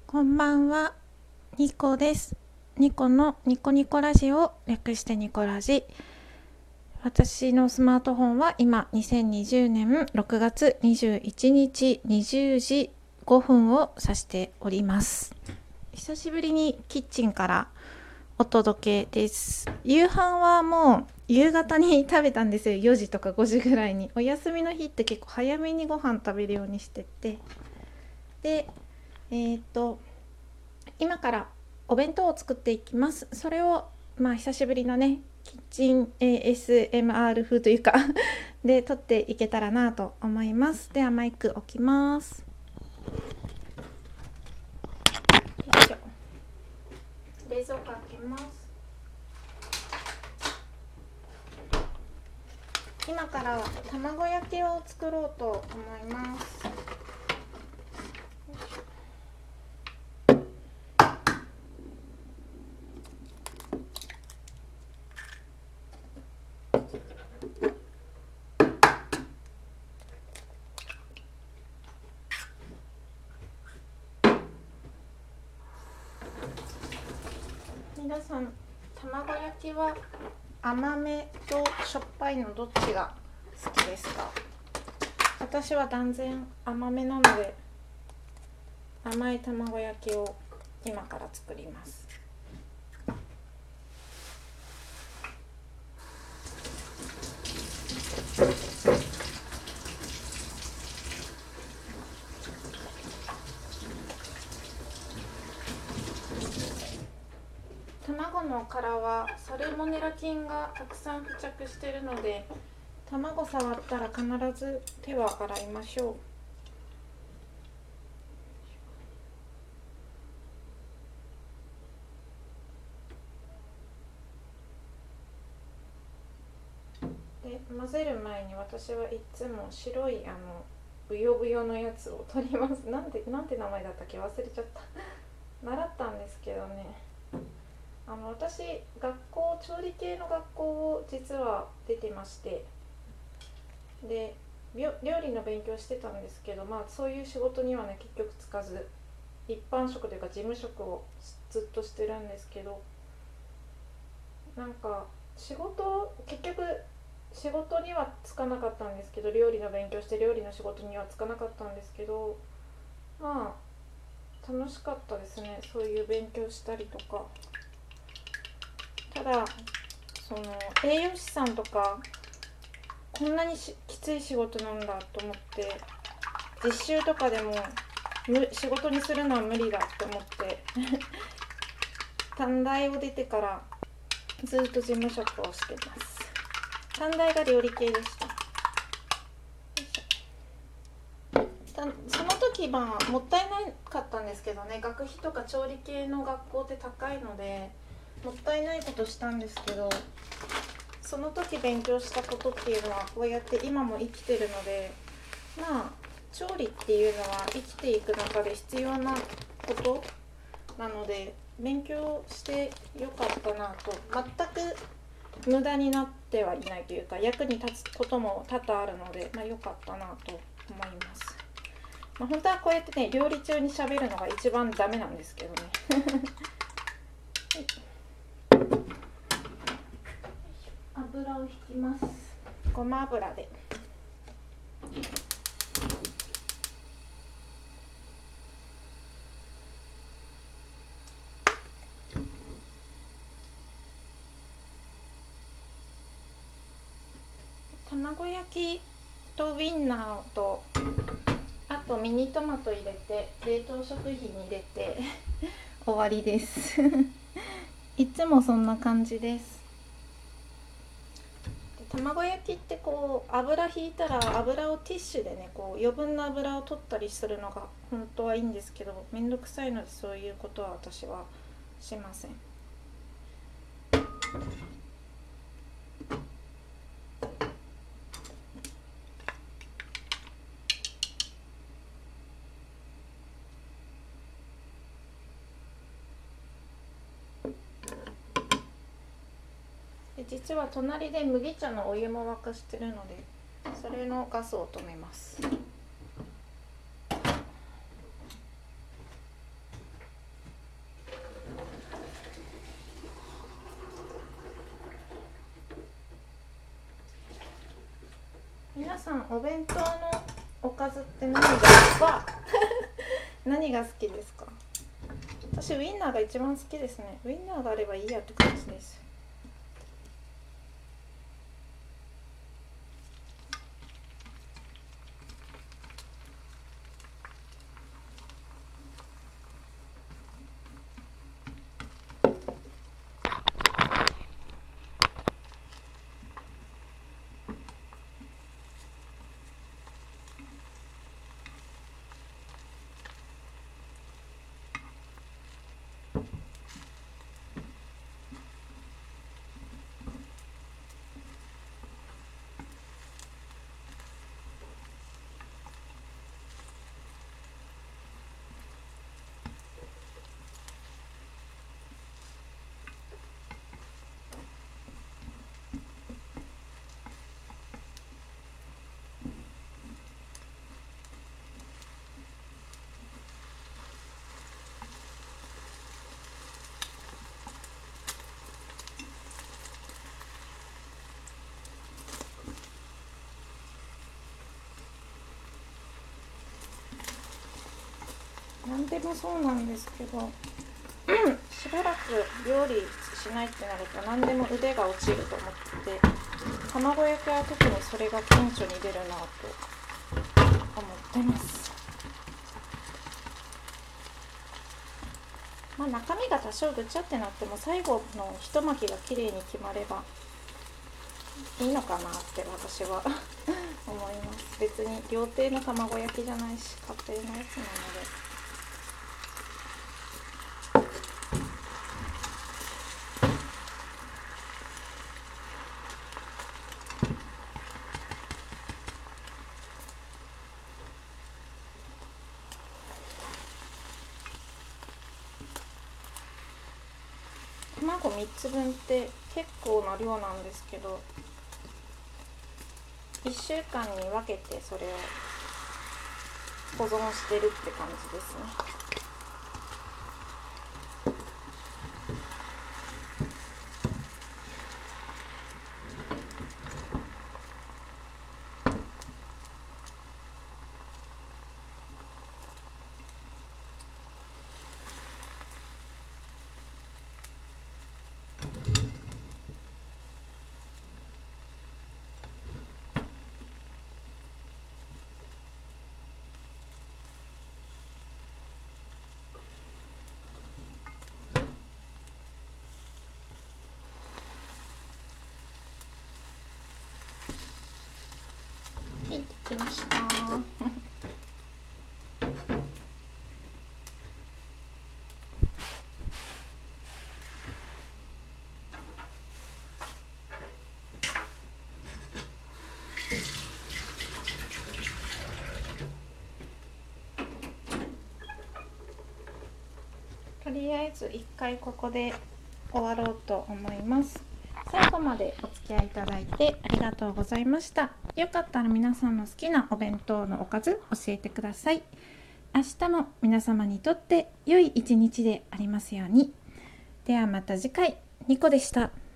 こんばんは、ニコです。ニコのニコニコラジオ、略してニコラジ。私のスマートフォンは今2020年6月21日20時5分を指しております。久しぶりにキッチンからお届けです。夕飯はもう夕方に食べたんですよ。4時とか5時ぐらいに。お休みの日って結構早めにご飯食べるようにしてて、で今からお弁当を作っていきます。それを久しぶりのねキッチン ASMR 風というかで撮っていけたらなと思います。ではマイク置きます。よいしょ。冷蔵庫開けます。今から卵焼きを作ろうと思います。皆さん、卵焼きは甘めとしょっぱいのどっちが好きですか？私は断然甘めなので甘い卵焼きを今から作ります。卵の殻はサルモネラ菌がたくさん付着しているので、卵触ったら必ず手は洗いましょう。で混ぜる前に私はいつも白いブヨブヨのやつを取ります。なんて名前だったっけ忘れちゃった。習ったんですけどね、私調理系の学校を実は出てまして、で料理の勉強してたんですけど、そういう仕事にはね結局つかず、一般職というか事務職をずっとしてるんですけど、なんか結局仕事にはつかなかったんですけど、料理の勉強して料理の仕事にはつかなかったんですけど、楽しかったですね、そういう勉強したりとか。ただその栄養士さんとかこんなにきつい仕事なんだと思って、実習とかでも仕事にするのは無理だって思って短大を出てからずっと事務職をしてます。短大が料理系でした。その時もったいなかったんですけどね、学費とか調理系の学校って高いのでもったいないことしたんですけど、その時勉強したことっていうのはこうやって今も生きてるので、調理っていうのは生きていく中で必要なことなので勉強してよかったなと。全く無駄になってはいないというか、役に立つことも多々あるので、よかったなと思います。本当はこうやってね料理中に喋るのが一番ダメなんですけどね油を引きます。ごま油で。卵焼きとウインナーとあとミニトマト入れて冷凍食品に入れて終わりですいつもそんな感じです。卵焼きって油引いたら油をティッシュでね余分な油を取ったりするのが本当はいいんですけど、めんどくさいのでそういうことは私はしません。で実は隣で麦茶のお湯も沸かしてるので、それのガスを止めます。 さんお弁当のおかずって何が好きですか？私ウインナーが一番好きですね。ウインナーがあればいいやって感じです。なんでもそうなんですけどしばらく料理しないってなると何でも腕が落ちると思って卵焼きは特にそれが顕著に出るなと思ってます。まあ中身が多少ぐちゃってなっても最後の一巻きが綺麗に決まればいいのかなって私は思います。別に料亭の卵焼きじゃないし家庭のやつなので。卵3つ分って結構な量なんですけど1週間に分けてそれを保存してるって感じですね。はい、できました。とりあえず一回ここで終わろうと思います。最後までお付き合いいただいてありがとうございました。よかったら皆さんの好きなお弁当のおかず教えてください。明日も皆様にとって良い一日でありますように。ではまた次回。ニコでした。